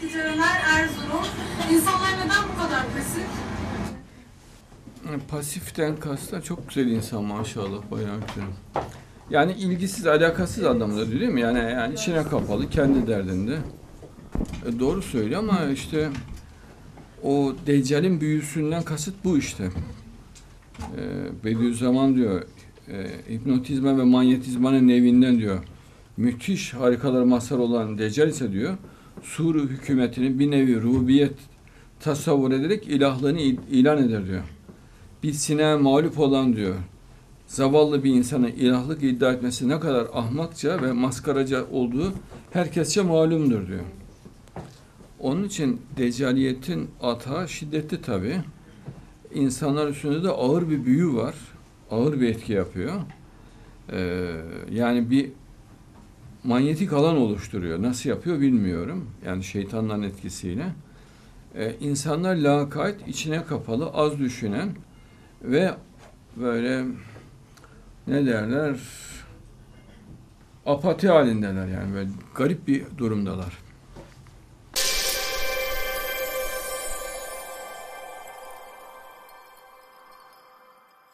Caner Erzurum. İnsanlar neden bu kadar pasif? Pasiften kastı çok güzel insan maşallah, bayağı güzel. Yani ilgisiz, alakasız adamlar değil mi? Yani içine kapalı, kendi derdinde. Doğru söylüyor ama işte o Deccal'in büyüsünden kasıt bu işte. Bediüzzaman diyor, hipnotizma ve manyetizmanın nevinden diyor. Müthiş harikalar mazhar olan Deccal ise diyor, Sur hükümetini bir nevi rububiyet tasavvur ederek ilahlığını ilan eder diyor. Bir sineğe mağlup olan diyor, zavallı bir insanın ilahlık iddia etmesi ne kadar ahmakça ve maskaraca olduğu herkesçe malumdur diyor. Onun için Deccaliyetin atağı şiddetli tabii. İnsanlar üstünde de ağır bir büyü var. Ağır bir etki yapıyor. Yani bir manyetik alan oluşturuyor. Nasıl yapıyor bilmiyorum. Yani şeytanların etkisiyle. İnsanlar lakayt, içine kapalı, az düşünen ve böyle ne derler, apati halindeler, yani böyle garip bir durumdalar.